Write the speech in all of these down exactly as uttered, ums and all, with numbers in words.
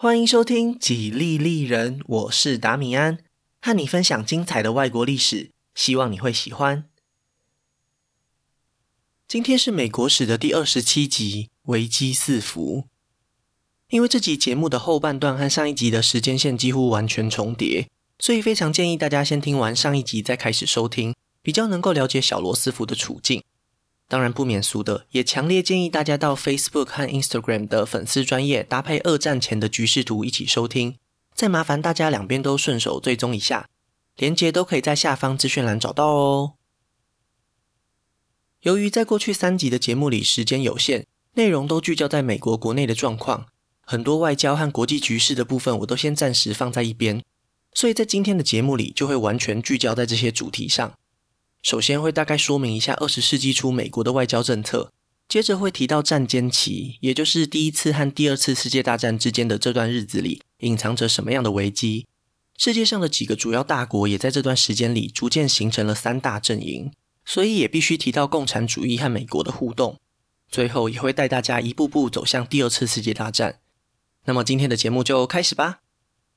欢迎收听几利利人，我是达米安，和你分享精彩的外国历史，希望你会喜欢。今天是美国史的第二十七集，危机四伏。因为这集节目的后半段和上一集的时间线几乎完全重叠，所以非常建议大家先听完上一集再开始收听，比较能够了解小罗斯福的处境。当然不免俗的，也强烈建议大家到 Facebook 和 Instagram 的粉丝专页搭配二战前的局势图一起收听，再麻烦大家两边都顺手追踪一下，连结都可以在下方资讯栏找到哦。由于在过去三集的节目里时间有限，内容都聚焦在美国国内的状况，很多外交和国际局势的部分我都先暂时放在一边，所以在今天的节目里就会完全聚焦在这些主题上。首先会大概说明一下二十世纪初美国的外交政策，接着会提到战间期，也就是第一次和第二次世界大战之间的这段日子里隐藏着什么样的危机。世界上的几个主要大国也在这段时间里逐渐形成了三大阵营，所以也必须提到共产主义和美国的互动。最后也会带大家一步步走向第二次世界大战。那么今天的节目就开始吧。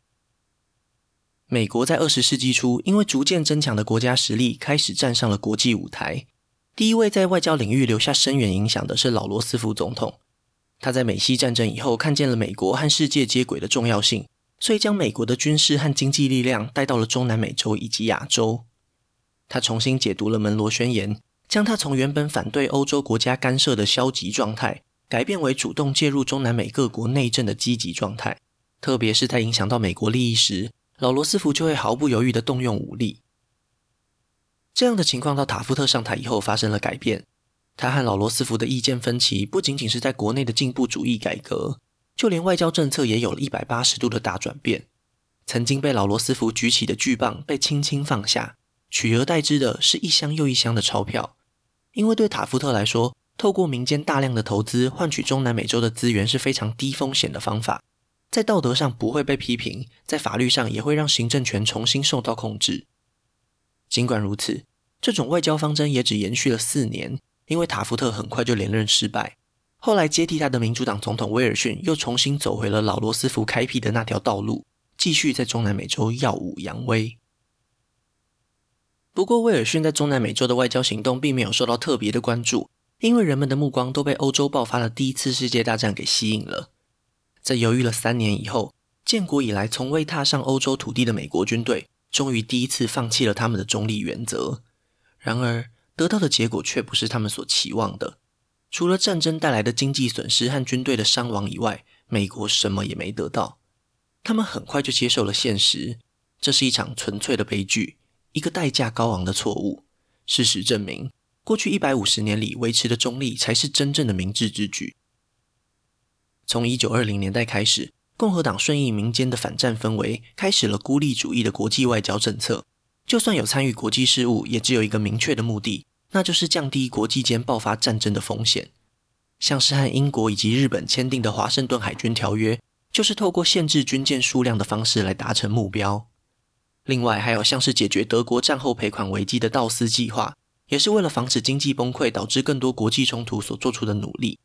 美国在二十世纪初因为逐渐增强的国家实力开始站上了国际舞台。第一位在外交领域留下深远影响的是老罗斯福总统。他在美西战争以后看见了美国和世界接轨的重要性，所以将美国的军事和经济力量带到了中南美洲以及亚洲。他重新解读了门罗宣言，将他从原本反对欧洲国家干涉的消极状态改变为主动介入中南美各国内政的积极状态，特别是在影响到美国利益时，老罗斯福就会毫不犹豫地动用武力。这样的情况到塔夫特上台以后发生了改变。他和老罗斯福的意见分歧不仅仅是在国内的进步主义改革，就连外交政策也有了一百八十度的大转变。曾经被老罗斯福举起的巨棒被轻轻放下，取而代之的是一箱又一箱的钞票。因为对塔夫特来说，透过民间大量的投资换取中南美洲的资源是非常低风险的方法，在道德上不会被批评，在法律上也会让行政权重新受到控制。尽管如此，这种外交方针也只延续了四年，因为塔夫特很快就连任失败。后来接替他的民主党总统威尔逊又重新走回了老罗斯福开辟的那条道路，继续在中南美洲耀武扬威。不过威尔逊在中南美洲的外交行动并没有受到特别的关注，因为人们的目光都被欧洲爆发的第一次世界大战给吸引了。在犹豫了三年以后，建国以来从未踏上欧洲土地的美国军队终于第一次放弃了他们的中立原则。然而得到的结果却不是他们所期望的。除了战争带来的经济损失和军队的伤亡以外，美国什么也没得到。他们很快就接受了现实，这是一场纯粹的悲剧，一个代价高昂的错误。事实证明，过去一百五十年里维持的中立才是真正的明智之举。从一九二零年代开始，共和党顺应民间的反战氛围，开始了孤立主义的国际外交政策。就算有参与国际事务，也只有一个明确的目的，那就是降低国际间爆发战争的风险。像是和英国以及日本签订的华盛顿海军条约，就是透过限制军舰数量的方式来达成目标。另外还有像是解决德国战后赔款危机的道斯计划，也是为了防止经济崩溃导致更多国际冲突所做出的努力。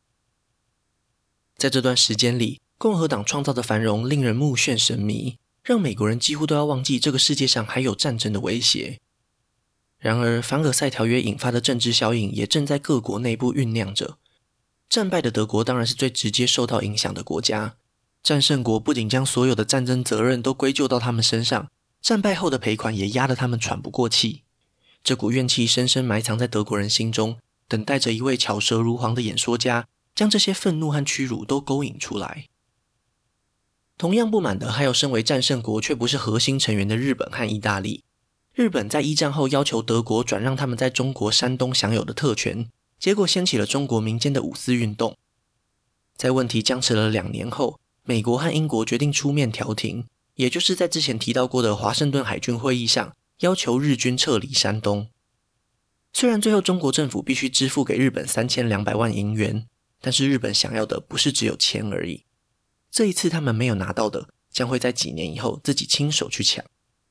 在这段时间里，共和党创造的繁荣令人目眩神迷，让美国人几乎都要忘记这个世界上还有战争的威胁。然而凡尔赛条约引发的政治效应也正在各国内部酝酿着。战败的德国当然是最直接受到影响的国家，战胜国不仅将所有的战争责任都归咎到他们身上，战败后的赔款也压得他们喘不过气。这股怨气深深埋藏在德国人心中，等待着一位巧舌如簧的演说家将这些愤怒和屈辱都勾引出来。同样不满的还有身为战胜国却不是核心成员的日本和意大利。日本在一战后要求德国转让他们在中国山东享有的特权，结果掀起了中国民间的五四运动。在问题僵持了两年后，美国和英国决定出面调停，也就是在之前提到过的华盛顿海军会议上要求日军撤离山东。虽然最后中国政府必须支付给日本三千两百万银元，但是日本想要的不是只有钱而已。这一次他们没有拿到的，将会在几年以后自己亲手去抢。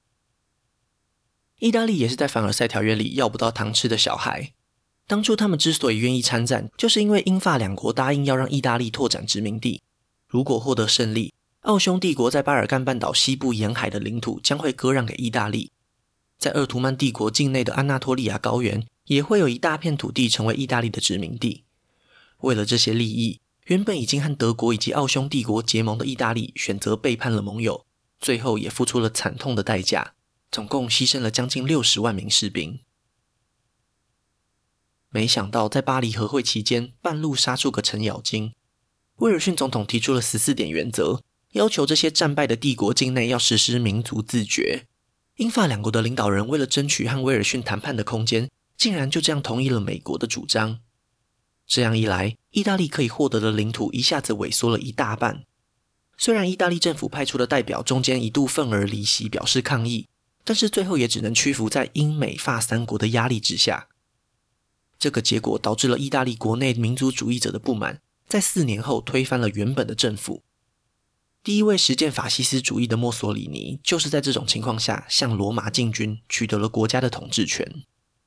意大利也是在凡尔赛条约里要不到糖吃的小孩。当初他们之所以愿意参战，就是因为英法两国答应要让意大利拓展殖民地。如果获得胜利， 奥匈帝国在巴尔干半岛西部沿海的领土将会割让给意大利，在鄂图曼帝国境内的安纳托利亚高原也会有一大片土地成为意大利的殖民地。为了这些利益，原本已经和德国以及奥匈帝国结盟的意大利选择背叛了盟友，最后也付出了惨痛的代价，总共牺牲了将近六十万名士兵。没想到在巴黎和会期间，半路杀出个程咬金。威尔逊总统提出了十四点原则，要求这些战败的帝国境内要实施民族自决。英法两国的领导人为了争取和威尔逊谈判的空间，竟然就这样同意了美国的主张。这样一来，意大利可以获得的领土一下子萎缩了一大半。虽然意大利政府派出的代表中间一度愤而离席表示抗议，但是最后也只能屈服在英美法三国的压力之下。这个结果导致了意大利国内民族主义者的不满，在四年后推翻了原本的政府。第一位实践法西斯主义的墨索里尼，就是在这种情况下向罗马进军，取得了国家的统治权。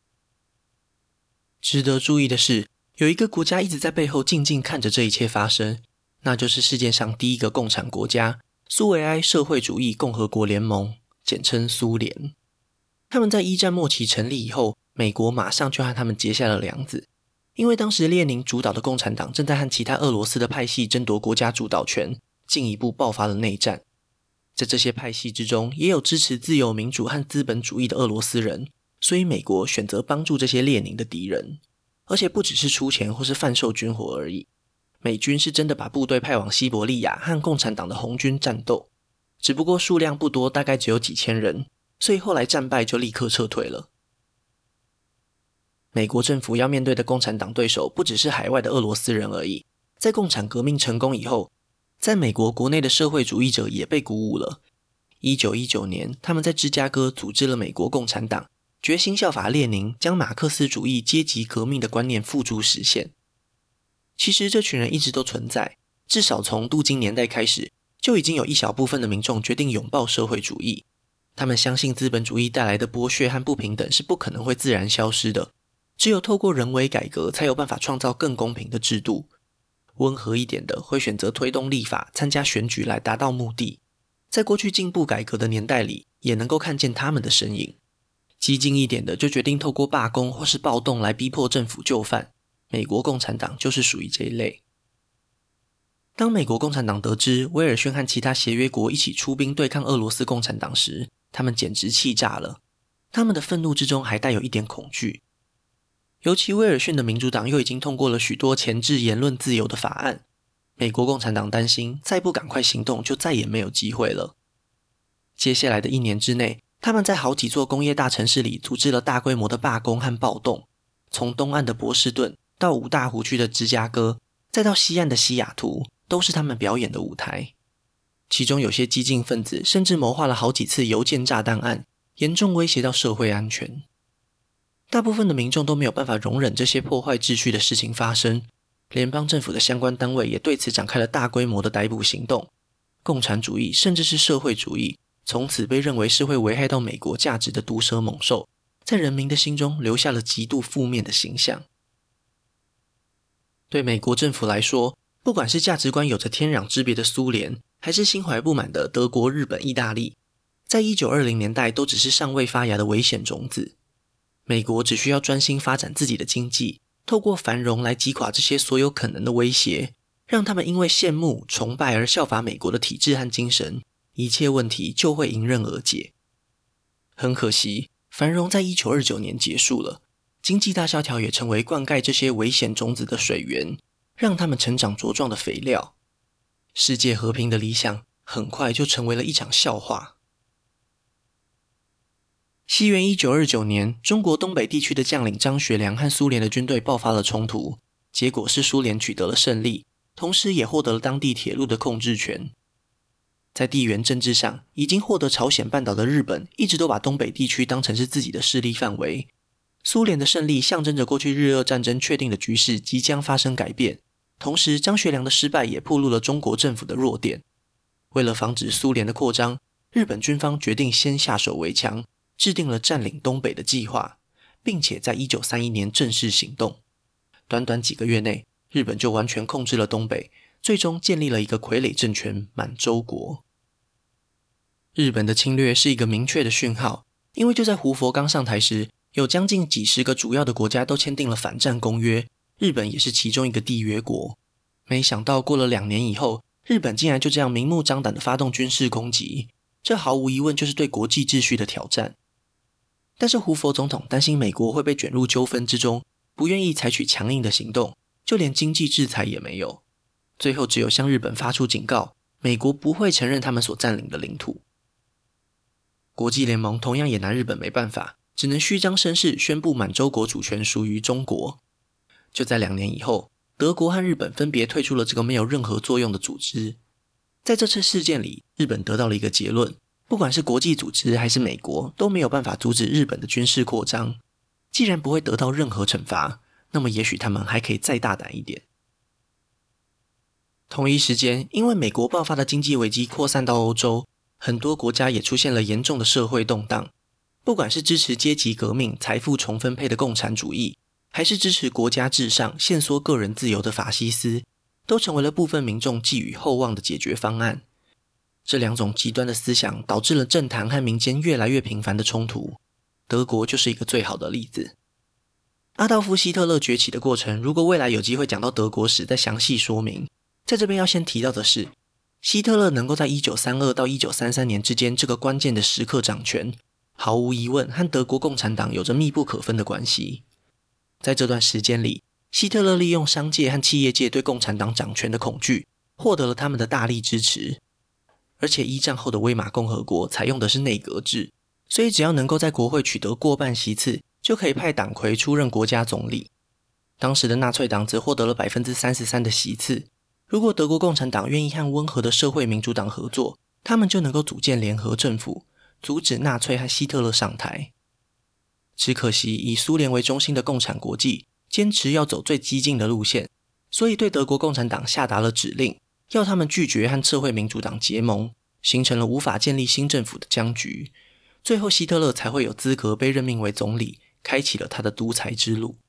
值得注意的是，有一个国家一直在背后静静看着这一切发生，那就是世界上第一个共产国家——苏维埃社会主义共和国联盟，简称苏联。他们在一战末期成立以后，美国马上就和他们结下了梁子。因为当时列宁主导的共产党正在和其他俄罗斯的派系争夺国家主导权，进一步爆发了内战。在这些派系之中，也有支持自由民主和资本主义的俄罗斯人，所以美国选择帮助这些列宁的敌人。而且不只是出钱或是贩售军火而已，美军是真的把部队派往西伯利亚和共产党的红军战斗，只不过数量不多，大概只有几千人，所以后来战败就立刻撤退了。美国政府要面对的共产党对手不只是海外的俄罗斯人而已，在共产革命成功以后，在美国国内的社会主义者也被鼓舞了。一九一九年，他们在芝加哥组织了美国共产党，决心效法列宁，将马克思主义阶级革命的观念付诸实现。其实这群人一直都存在，至少从镀金年代开始，就已经有一小部分的民众决定拥抱社会主义。他们相信资本主义带来的剥削和不平等是不可能会自然消失的，只有透过人为改革才有办法创造更公平的制度。温和一点的会选择推动立法、参加选举来达到目的。在过去进步改革的年代里，也能够看见他们的身影。激进一点的就决定透过罢工或是暴动来逼迫政府就范，美国共产党就是属于这一类。当美国共产党得知威尔逊和其他协约国一起出兵对抗俄罗斯共产党时，他们简直气炸了。他们的愤怒之中还带有一点恐惧。尤其威尔逊的民主党又已经通过了许多钳制言论自由的法案，美国共产党担心再不赶快行动就再也没有机会了。接下来的一年之内，他们在好几座工业大城市里组织了大规模的罢工和暴动，从东岸的波士顿到五大湖区的芝加哥，再到西岸的西雅图，都是他们表演的舞台。其中有些激进分子甚至谋划了好几次邮件炸弹案，严重威胁到社会安全。大部分的民众都没有办法容忍这些破坏秩序的事情发生，联邦政府的相关单位也对此展开了大规模的逮捕行动。共产主义甚至是社会主义，从此被认为是会危害到美国价值的毒蛇猛兽，在人民的心中留下了极度负面的形象。对美国政府来说，不管是价值观有着天壤之别的苏联，还是心怀不满的德国、日本、意大利，在一九二零年代都只是尚未发芽的危险种子。美国只需要专心发展自己的经济，透过繁荣来击垮这些所有可能的威胁，让他们因为羡慕、崇拜而效法美国的体制和精神，一切问题就会迎刃而解。很可惜，繁荣在一九二九年结束了，经济大萧条也成为灌溉这些危险种子的水源，让他们成长茁壮的肥料。世界和平的理想很快就成为了一场笑话。西元一九二九年，中国东北地区的将领张学良和苏联的军队爆发了冲突，结果是苏联取得了胜利，同时也获得了当地铁路的控制权。在地缘政治上，已经获得朝鲜半岛的日本一直都把东北地区当成是自己的势力范围。苏联的胜利象征着过去日俄战争确定的局势即将发生改变，同时张学良的失败也暴露了中国政府的弱点。为了防止苏联的扩张，日本军方决定先下手为强，制定了占领东北的计划，并且在一九三一年正式行动。短短几个月内，日本就完全控制了东北， 最终建立了一个傀儡政权满洲国。日本的侵略是一个明确的讯号，因为就在胡佛刚上台时，有将近几十个主要的国家都签订了反战公约，日本也是其中一个缔约国。没想到过了两年以后，日本竟然就这样明目张胆地发动军事攻击，这毫无疑问就是对国际秩序的挑战。但是胡佛总统担心美国会被卷入纠纷之中，不愿意采取强硬的行动，就连经济制裁也没有。最后只有向日本发出警告，美国不会承认他们所占领的领土。国际联盟同样也拿日本没办法，只能虚张声势宣布满洲国主权属于中国。就在两年以后，德国和日本分别退出了这个没有任何作用的组织。在这次事件里，日本得到了一个结论，不管是国际组织还是美国，都没有办法阻止日本的军事扩张。既然不会得到任何惩罚，那么也许他们还可以再大胆一点。同一时间，因为美国爆发的经济危机扩散到欧洲，很多国家也出现了严重的社会动荡。不管是支持阶级革命、财富重分配的共产主义，还是支持国家至上、限缩个人自由的法西斯，都成为了部分民众寄予厚望的解决方案。这两种极端的思想导致了政坛和民间越来越频繁的冲突，德国就是一个最好的例子。阿道夫·希特勒崛起的过程，如果未来有机会讲到德国史再详细说明。在这边要先提到的是，希特勒能够在一九三二到一九三三年之间这个关键的时刻掌权，毫无疑问和德国共产党有着密不可分的关系。在这段时间里，希特勒利用商界和企业界对共产党掌权的恐惧，获得了他们的大力支持。而且一战后的威玛共和国采用的是内阁制，所以只要能够在国会取得过半席次，就可以派党魁出任国家总理。当时的纳粹党则获得了 百分之三十三 的席次。如果德国共产党愿意和温和的社会民主党合作，他们就能够组建联合政府，阻止纳粹和希特勒上台。只可惜以苏联为中心的共产国际坚持要走最激进的路线，所以对德国共产党下达了指令，要他们拒绝和社会民主党结盟，形成了无法建立新政府的僵局。最后希特勒才会有资格被任命为总理，开启了他的独裁之路。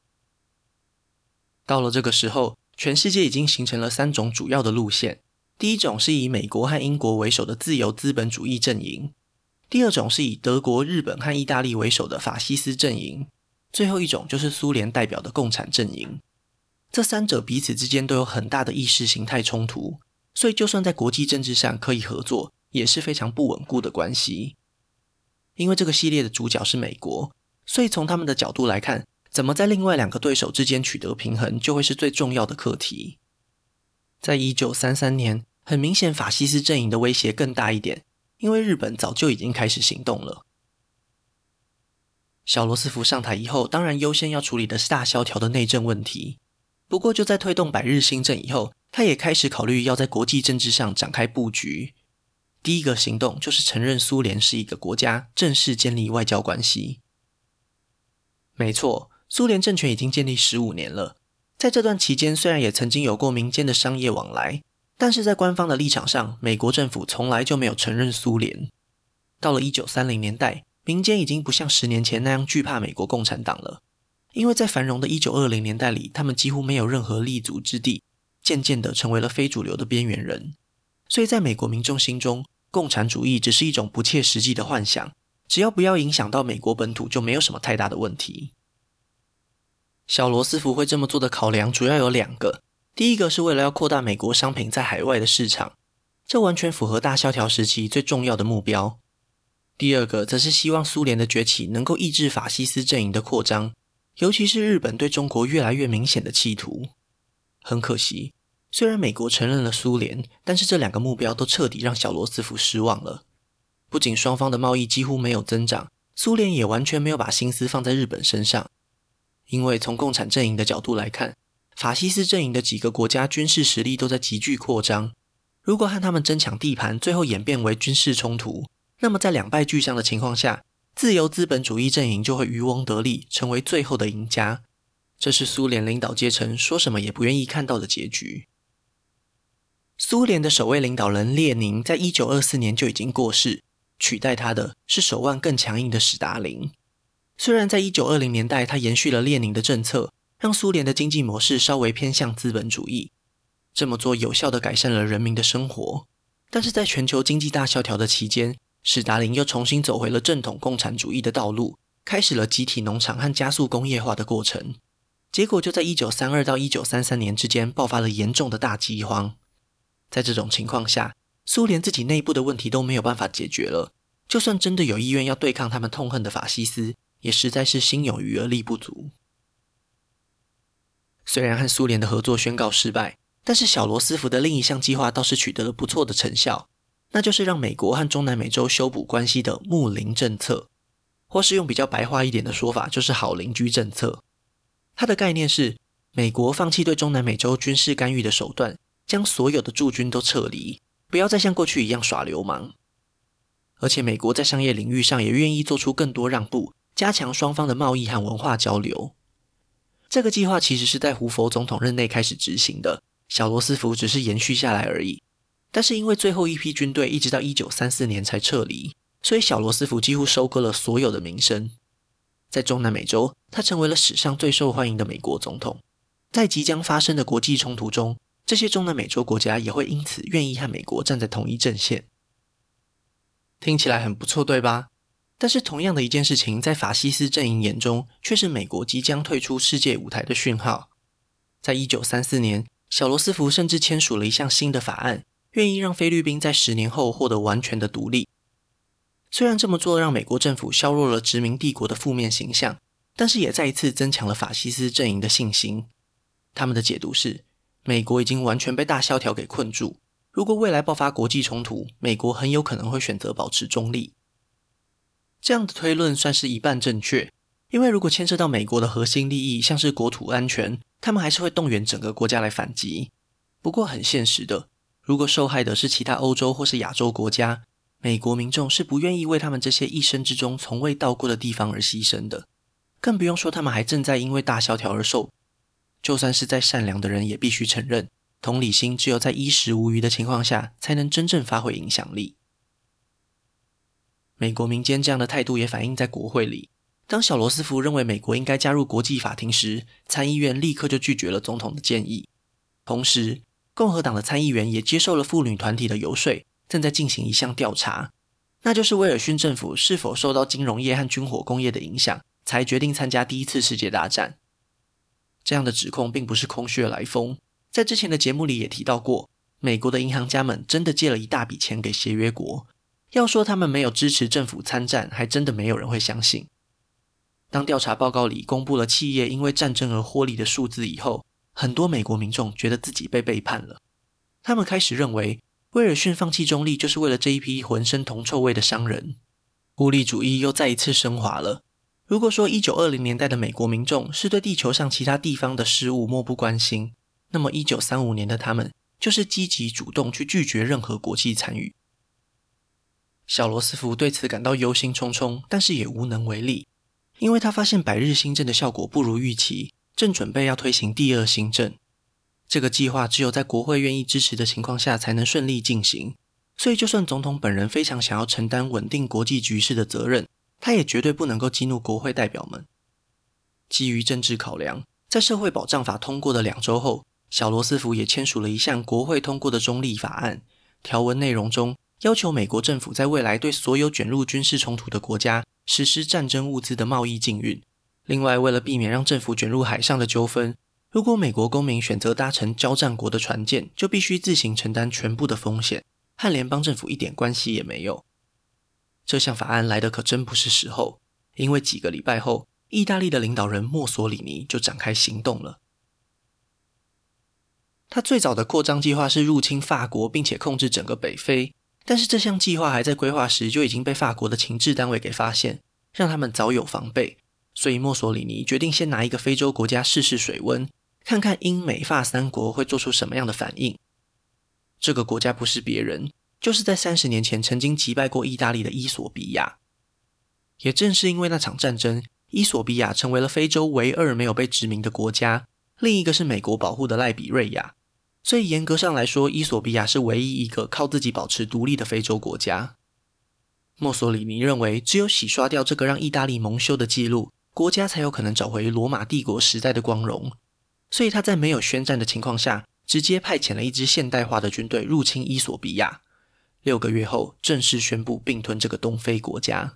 到了这个时候，全世界已经形成了三种主要的路线。第一种是以美国和英国为首的自由资本主义阵营，第二种是以德国、日本和意大利为首的法西斯阵营，最后一种就是苏联代表的共产阵营。这三者彼此之间都有很大的意识形态冲突，所以就算在国际政治上可以合作，也是非常不稳固的关系。因为这个系列的主角是美国，所以从他们的角度来看，怎么在另外两个对手之间取得平衡，就会是最重要的课题。在一九三三年，很明显法西斯阵营的威胁更大一点，因为日本早就已经开始行动了。小罗斯福上台以后，当然优先要处理的是大萧条的内政问题。不过就在推动百日新政以后，他也开始考虑要在国际政治上展开布局。第一个行动就是承认苏联是一个国家，正式建立外交关系。没错，苏联政权已经建立十五年了，在这段期间虽然也曾经有过民间的商业往来，但是在官方的立场上，美国政府从来就没有承认苏联。到了一九三零年代，民间已经不像十年前那样惧怕美国共产党了，因为在繁荣的一九二零年代里，他们几乎没有任何立足之地，渐渐地成为了非主流的边缘人。所以在美国民众心中，共产主义只是一种不切实际的幻想，只要不要影响到美国本土，就没有什么太大的问题。小罗斯福会这么做的考量主要有两个，第一个是为了要扩大美国商品在海外的市场，这完全符合大萧条时期最重要的目标。第二个则是希望苏联的崛起能够抑制法西斯阵营的扩张，尤其是日本对中国越来越明显的企图。很可惜，虽然美国承认了苏联，但是这两个目标都彻底让小罗斯福失望了。不仅双方的贸易几乎没有增长，苏联也完全没有把心思放在日本身上。因为从共产阵营的角度来看，法西斯阵营的几个国家军事实力都在急剧扩张，如果和他们争抢地盘，最后演变为军事冲突，那么在两败俱伤的情况下，自由资本主义阵营就会渔翁得利，成为最后的赢家。这是苏联领导阶层说什么也不愿意看到的结局。苏联的首位领导人列宁在一九二四年就已经过世，取代他的是手腕更强硬的史达林。虽然在一九二零年代他延续了列宁的政策，让苏联的经济模式稍微偏向资本主义， 这么做有效地改善了人民的生活，但是在全球经济大萧条的期间，史达林又重新走回了正统共产主义的道路，开始了集体农场和加速工业化的过程。结果就在一九三二到一九三三年之间爆发了严重的大饥荒。在这种情况下，苏联自己内部的问题都没有办法解决了，就算真的有意愿要对抗他们痛恨的法西斯，也实在是心有余而力不足。虽然和苏联的合作宣告失败，但是小罗斯福的另一项计划倒是取得了不错的成效，那就是让美国和中南美洲修补关系的睦邻政策，或是用比较白话一点的说法，就是好邻居政策。它的概念是，美国放弃对中南美洲军事干预的手段，将所有的驻军都撤离，不要再像过去一样耍流氓。而且美国在商业领域上也愿意做出更多让步，加强双方的贸易和文化交流。这个计划其实是在胡佛总统任内开始执行的，小罗斯福只是延续下来而已。但是因为最后一批军队一直到一九三四年才撤离，所以小罗斯福几乎收割了所有的名声。在中南美洲，他成为了史上最受欢迎的美国总统。在即将发生的国际冲突中，这些中南美洲国家也会因此愿意和美国站在同一阵线。听起来很不错，对吧？但是同样的一件事情，在法西斯阵营眼中，却是美国即将退出世界舞台的讯号。在一九三四年，小罗斯福甚至签署了一项新的法案，愿意让菲律宾在十年后获得完全的独立。虽然这么做让美国政府削弱了殖民帝国的负面形象，但是也再一次增强了法西斯阵营的信心。他们的解读是，美国已经完全被大萧条给困住，如果未来爆发国际冲突，美国很有可能会选择保持中立。这样的推论算是一半正确，因为如果牵涉到美国的核心利益，像是国土安全，他们还是会动员整个国家来反击。不过很现实的，如果受害的是其他欧洲或是亚洲国家，美国民众是不愿意为他们这些一生之中从未到过的地方而牺牲的，更不用说他们还正在因为大萧条而受。就算是再善良的人也必须承认，同理心只有在衣食无余的情况下才能真正发挥影响力。美国民间这样的态度也反映在国会里。当小罗斯福认为美国应该加入国际法庭时，参议院立刻就拒绝了总统的建议。同时，共和党的参议员也接受了妇女团体的游说，正在进行一项调查，那就是威尔逊政府是否受到金融业和军火工业的影响，才决定参加第一次世界大战。这样的指控并不是空穴来风，在之前的节目里也提到过，美国的银行家们真的借了一大笔钱给协约国，要说他们没有支持政府参战，还真的没有人会相信。当调查报告里公布了企业因为战争而获利的数字以后，很多美国民众觉得自己被背叛了。他们开始认为，威尔逊放弃中立就是为了这一批浑身铜臭味的商人。孤立主义又再一次升华了。如果说一九二零年代的美国民众是对地球上其他地方的事物漠不关心，那么一九三五年的他们就是积极主动去拒绝任何国际参与。小罗斯福对此感到忧心忡忡，但是也无能为力，因为他发现百日新政的效果不如预期，正准备要推行第二新政。这个计划只有在国会愿意支持的情况下才能顺利进行，所以就算总统本人非常想要承担稳定国际局势的责任，他也绝对不能够激怒国会代表们。基于政治考量，在社会保障法通过的两周后，小罗斯福也签署了一项国会通过的中立法案，条文内容中要求美国政府在未来对所有卷入军事冲突的国家实施战争物资的贸易禁运。另外，为了避免让政府卷入海上的纠纷，如果美国公民选择搭乘交战国的船舰，就必须自行承担全部的风险，和联邦政府一点关系也没有。这项法案来得可真不是时候，因为几个礼拜后，意大利的领导人墨索里尼就展开行动了。他最早的扩张计划是入侵法国，并且控制整个北非，但是这项计划还在规划时就已经被法国的情治单位给发现，让他们早有防备。所以墨索里尼决定先拿一个非洲国家试试水温，看看英美法三国会做出什么样的反应。这个国家不是别人，就是在三十年前曾经击败过意大利的伊索比亚。也正是因为那场战争，伊索比亚成为了非洲唯二没有被殖民的国家，另一个是美国保护的赖比瑞亚。所以严格上来说，伊索比亚是唯一一个靠自己保持独立的非洲国家。墨索里尼认为，只有洗刷掉这个让意大利蒙羞的记录，国家才有可能找回罗马帝国时代的光荣。所以他在没有宣战的情况下， 直接派遣了一支现代化的军队入侵伊索比亚，六个月后正式宣布并吞这个东非国家。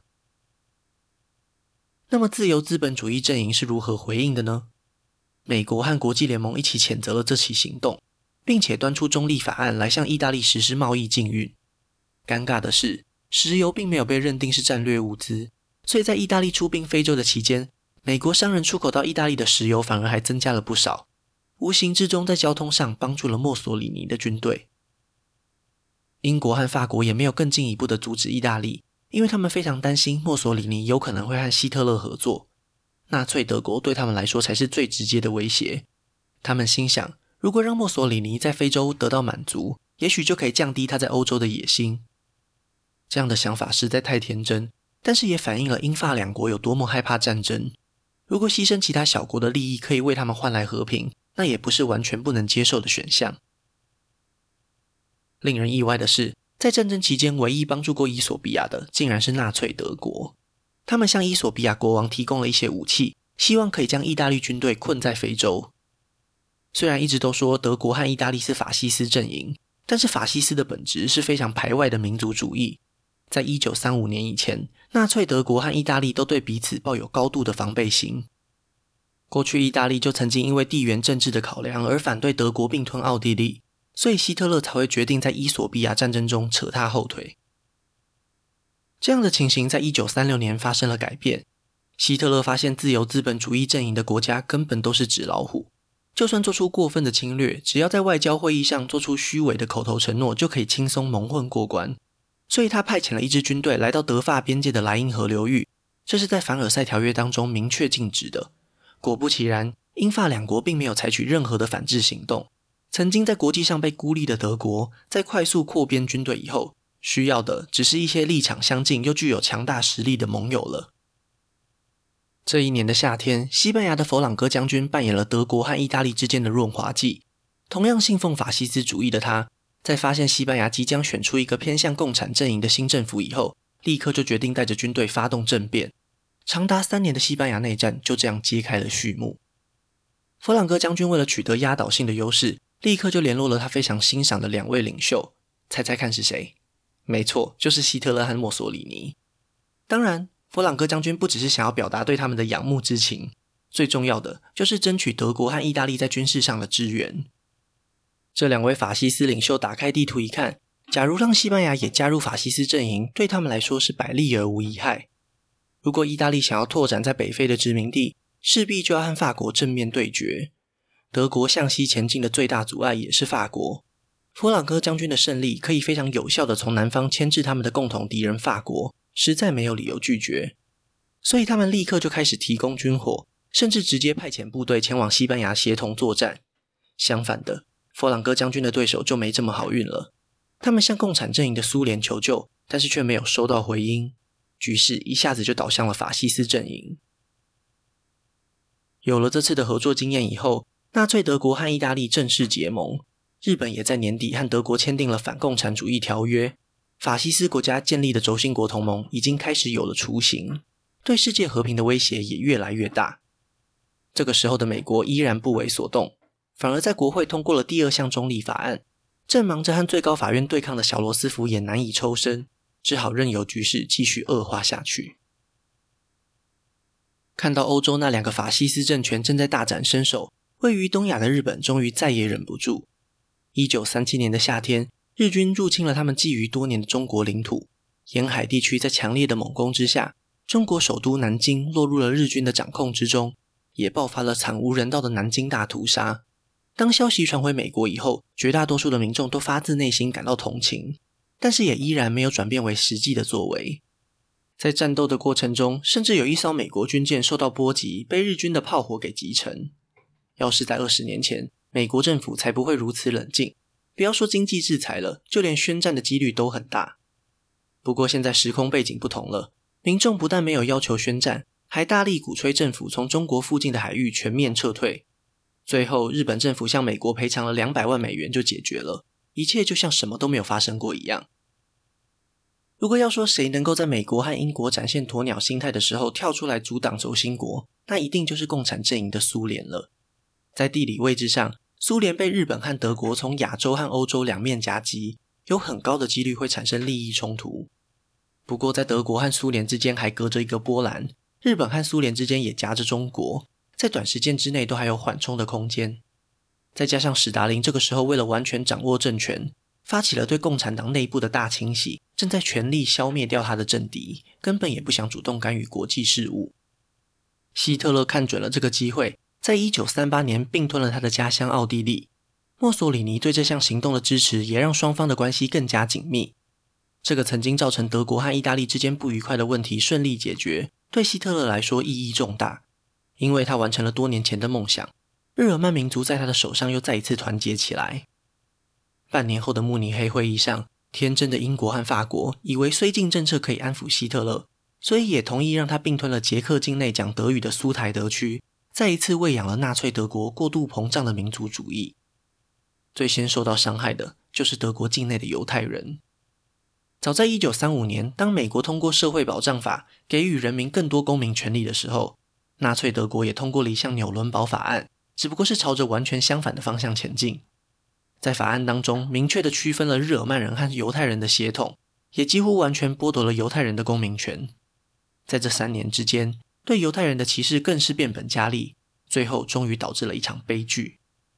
那么自由资本主义阵营是如何回应的呢？美国和国际联盟一起谴责了这起行动，并且端出中立法案来向意大利实施贸易禁运。尴尬的是，石油并没有被认定是战略物资，所以在意大利出兵非洲的期间，美国商人出口到意大利的石油反而还增加了不少，无形之中在交通上帮助了墨索里尼的军队。英国和法国也没有更进一步的阻止意大利，因为他们非常担心墨索里尼有可能会和希特勒合作，纳粹德国对他们来说才是最直接的威胁。他们心想，如果让墨索里尼在非洲得到满足，也许就可以降低他在欧洲的野心。这样的想法实在太天真，但是也反映了英法两国有多么害怕战争。如果牺牲其他小国的利益可以为他们换来和平，那也不是完全不能接受的选项。令人意外的是，在战争期间唯一帮助过伊索比亚的竟然是纳粹德国。他们向伊索比亚国王提供了一些武器，希望可以将意大利军队困在非洲。虽然一直都说德国和意大利是法西斯阵营，但是法西斯的本质是非常排外的民族主义。在一九三五年以前，纳粹德国和意大利都对彼此抱有高度的防备心。过去意大利就曾经因为地缘政治的考量而反对德国并吞奥地利，所以希特勒才会决定在伊索比亚战争中扯他后腿。这样的情形在一九三六年发生了改变。希特勒发现自由资本主义阵营的国家根本都是纸老虎，就算做出过分的侵略，只要在外交会议上做出虚伪的口头承诺，就可以轻松蒙混过关。所以他派遣了一支军队来到德法边界的莱茵河流域，这是在凡尔赛条约当中明确禁止的。果不其然，英法两国并没有采取任何的反制行动。曾经在国际上被孤立的德国，在快速扩编军队以后，需要的只是一些立场相近又具有强大实力的盟友了。这一年的夏天，西班牙的佛朗哥将军扮演了德国和意大利之间的润滑剂。同样信奉法西斯主义的他，在发现西班牙即将选出一个偏向共产阵营的新政府以后，立刻就决定带着军队发动政变。长达三年的西班牙内战就这样揭开了序幕。佛朗哥将军为了取得压倒性的优势，立刻就联络了他非常欣赏的两位领袖。猜猜看是谁？没错，就是希特勒和墨索里尼。当然，佛朗哥将军不只是想要表达对他们的仰慕之情，最重要的就是争取德国和意大利在军事上的支援。这两位法西斯领袖打开地图一看，假如让西班牙也加入法西斯阵营，对他们来说是百利而无一害。如果意大利想要拓展在北非的殖民地，势必就要和法国正面对决。德国向西前进的最大阻碍也是法国。佛朗哥将军的胜利可以非常有效地从南方牵制他们的共同敌人法国，实在没有理由拒绝。所以他们立刻就开始提供军火，甚至直接派遣部队前往西班牙协同作战。相反的，佛朗哥将军的对手就没这么好运了。他们向共产阵营的苏联求救，但是却没有收到回音，局势一下子就倒向了法西斯阵营。有了这次的合作经验以后，纳粹德国和意大利正式结盟，日本也在年底和德国签订了反共产主义条约。法西斯国家建立的轴心国同盟已经开始有了雏形，对世界和平的威胁也越来越大。这个时候的美国依然不为所动，反而在国会通过了第二项中立法案。正忙着和最高法院对抗的小罗斯福也难以抽身，只好任由局势继续恶化下去。看到欧洲那两个法西斯政权正在大展身手，位于东亚的日本终于再也忍不住。一九三七年的夏天，日军入侵了他们觊觎多年的中国领土，沿海地区在强烈的猛攻之下，中国首都南京落入了日军的掌控之中，也爆发了惨无人道的南京大屠杀。当消息传回美国以后，绝大多数的民众都发自内心感到同情，但是也依然没有转变为实际的作为。在战斗的过程中，甚至有一艘美国军舰受到波及，被日军的炮火给击沉。要是在二十年前，美国政府才不会如此冷静，不要说经济制裁了，就连宣战的几率都很大。不过现在时空背景不同了，民众不但没有要求宣战，还大力鼓吹政府从中国附近的海域全面撤退。最后日本政府向美国赔偿了两百万美元就解决了，一切就像什么都没有发生过一样。如果要说谁能够在美国和英国展现鸵鸟心态的时候跳出来阻挡轴心国，那一定就是共产阵营的苏联了。在地理位置上， 苏联被日本和德国从亚洲和欧洲两面夹击，有很高的几率会产生利益冲突。不过在德国和苏联之间还隔着一个波兰，日本和苏联之间也夹着中国，在短时间之内都还有缓冲的空间。再加上史达林这个时候为了完全掌握政权，发起了对共产党内部的大清洗，正在全力消灭掉他的政敌，根本也不想主动干预国际事务。希特勒看准了这个机会，在一九三八年并吞了他的家乡奥地利。墨索里尼对这项行动的支持也让双方的关系更加紧密。这个曾经造成德国和意大利之间不愉快的问题顺利解决，对希特勒来说意义重大，因为他完成了多年前的梦想，日耳曼民族在他的手上又再一次团结起来。半年后的慕尼黑会议上，天真的英国和法国以为绥靖政策可以安抚希特勒，所以也同意让他并吞了捷克境内讲德语的苏台德区，再一次喂养了纳粹德国过度膨胀的民族主义。最先受到伤害的就是德国境内的犹太人。早在一九三五年，当美国通过社会保障法，给予人民更多公民权利的时候，纳粹德国也通过了一项纽伦堡法案，只不过是朝着完全相反的方向前进。在法案当中，明确地区分了日耳曼人和犹太人的血统，也几乎完全剥夺了犹太人的公民权。在这三年之间，对犹太人的歧视更是变本加厉，最后终于导致了一场悲剧。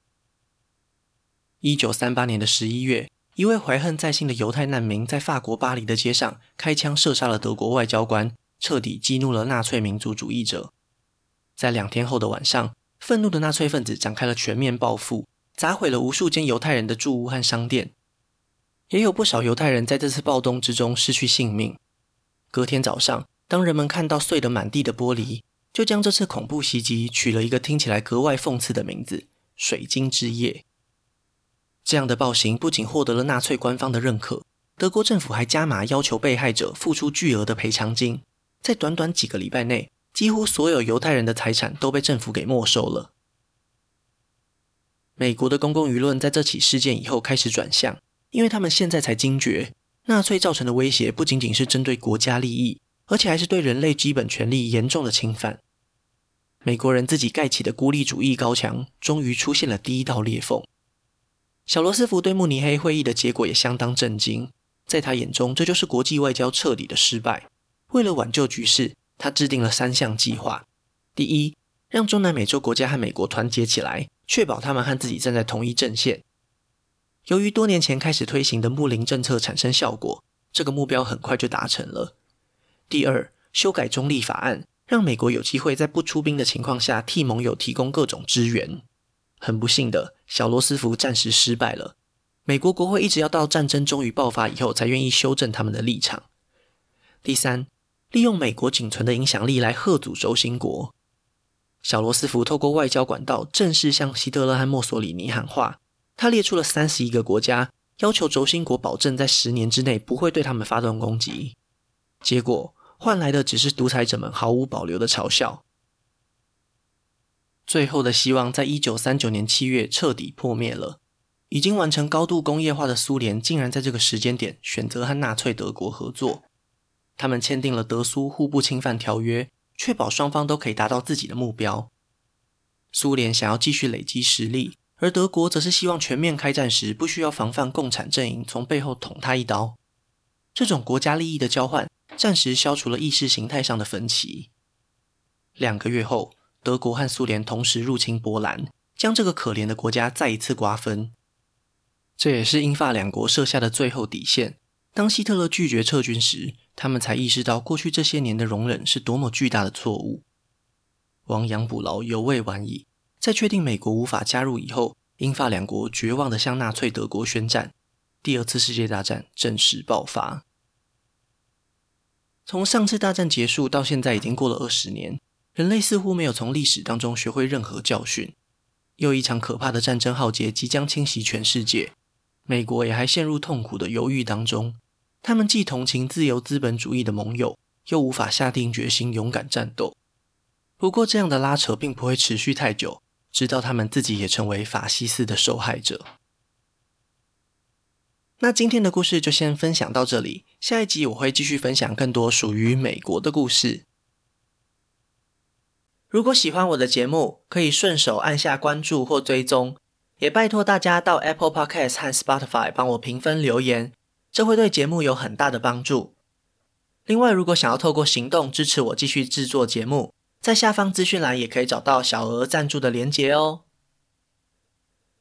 一九三八年的十一月，一位怀恨在心的犹太难民在法国巴黎的街上开枪射杀了德国外交官，彻底激怒了纳粹民族主义者。在两天后的晚上，愤怒的纳粹分子展开了全面报复，砸毁了无数间犹太人的住屋和商店，也有不少犹太人在这次暴动之中失去性命。隔天早上，当人们看到碎得满地的玻璃，就将这次恐怖袭击取了一个听起来格外讽刺的名字——水晶之夜。这样的暴行不仅获得了纳粹官方的认可，德国政府还加码要求被害者付出巨额的赔偿金。在短短几个礼拜内，几乎所有犹太人的财产都被政府给没收了。美国的公共舆论在这起事件以后开始转向，因为他们现在才惊觉，纳粹造成的威胁不仅仅是针对国家利益，而且还是对人类基本权利严重的侵犯。美国人自己盖起的孤立主义高墙，终于出现了第一道裂缝。小罗斯福对慕尼黑会议的结果也相当震惊，在他眼中，这就是国际外交彻底的失败。为了挽救局势，他制定了三项计划。第一，让中南美洲国家和美国团结起来，确保他们和自己站在同一阵线。由于多年前开始推行的睦邻政策产生效果，这个目标很快就达成了。第二，修改中立法案，让美国有机会在不出兵的情况下替盟友提供各种支援。很不幸的，小罗斯福暂时失败了。美国国会一直要到战争终于爆发以后才愿意修正他们的立场。第三，利用美国仅存的影响力来嚇阻轴心国。小罗斯福透过外交管道正式向希特勒和墨索里尼喊话，他列出了三十一个国家，要求轴心国保证在十年之内不会对他们发动攻击。结果换来的只是独裁者们毫无保留的嘲笑。最后的希望在一九三九年七月彻底破灭了。已经完成高度工业化的苏联竟然在这个时间点选择和纳粹德国合作。他们签订了德苏互不侵犯条约，确保双方都可以达到自己的目标。苏联想要继续累积实力，而德国则是希望全面开战时不需要防范共产阵营从背后捅他一刀。这种国家利益的交换暂时消除了意识形态上的分歧。两个月后，德国和苏联同时入侵波兰，将这个可怜的国家再一次瓜分。这也是英法两国设下的最后底线。当希特勒拒绝撤军时，他们才意识到过去这些年的容忍是多么巨大的错误。亡羊补牢，犹未晚矣。在确定美国无法加入以后，英法两国绝望地向纳粹德国宣战。第二次世界大战正式爆发。从上次大战结束到现在已经过了二十年，人类似乎没有从历史当中学会任何教训。又一场可怕的战争浩劫即将侵袭全世界，美国也还陷入痛苦的犹豫当中。他们既同情自由资本主义的盟友，又无法下定决心勇敢战斗。不过这样的拉扯并不会持续太久，直到他们自己也成为法西斯的受害者。那今天的故事就先分享到这里，下一集我会继续分享更多属于美国的故事。如果喜欢我的节目，可以顺手按下关注或追踪， 也拜托大家到 Apple Podcast 和 Spotify 帮我评分留言，这会对节目有很大的帮助。另外，如果想要透过行动支持我继续制作节目，在下方资讯栏也可以找到小额赞助的连结哦。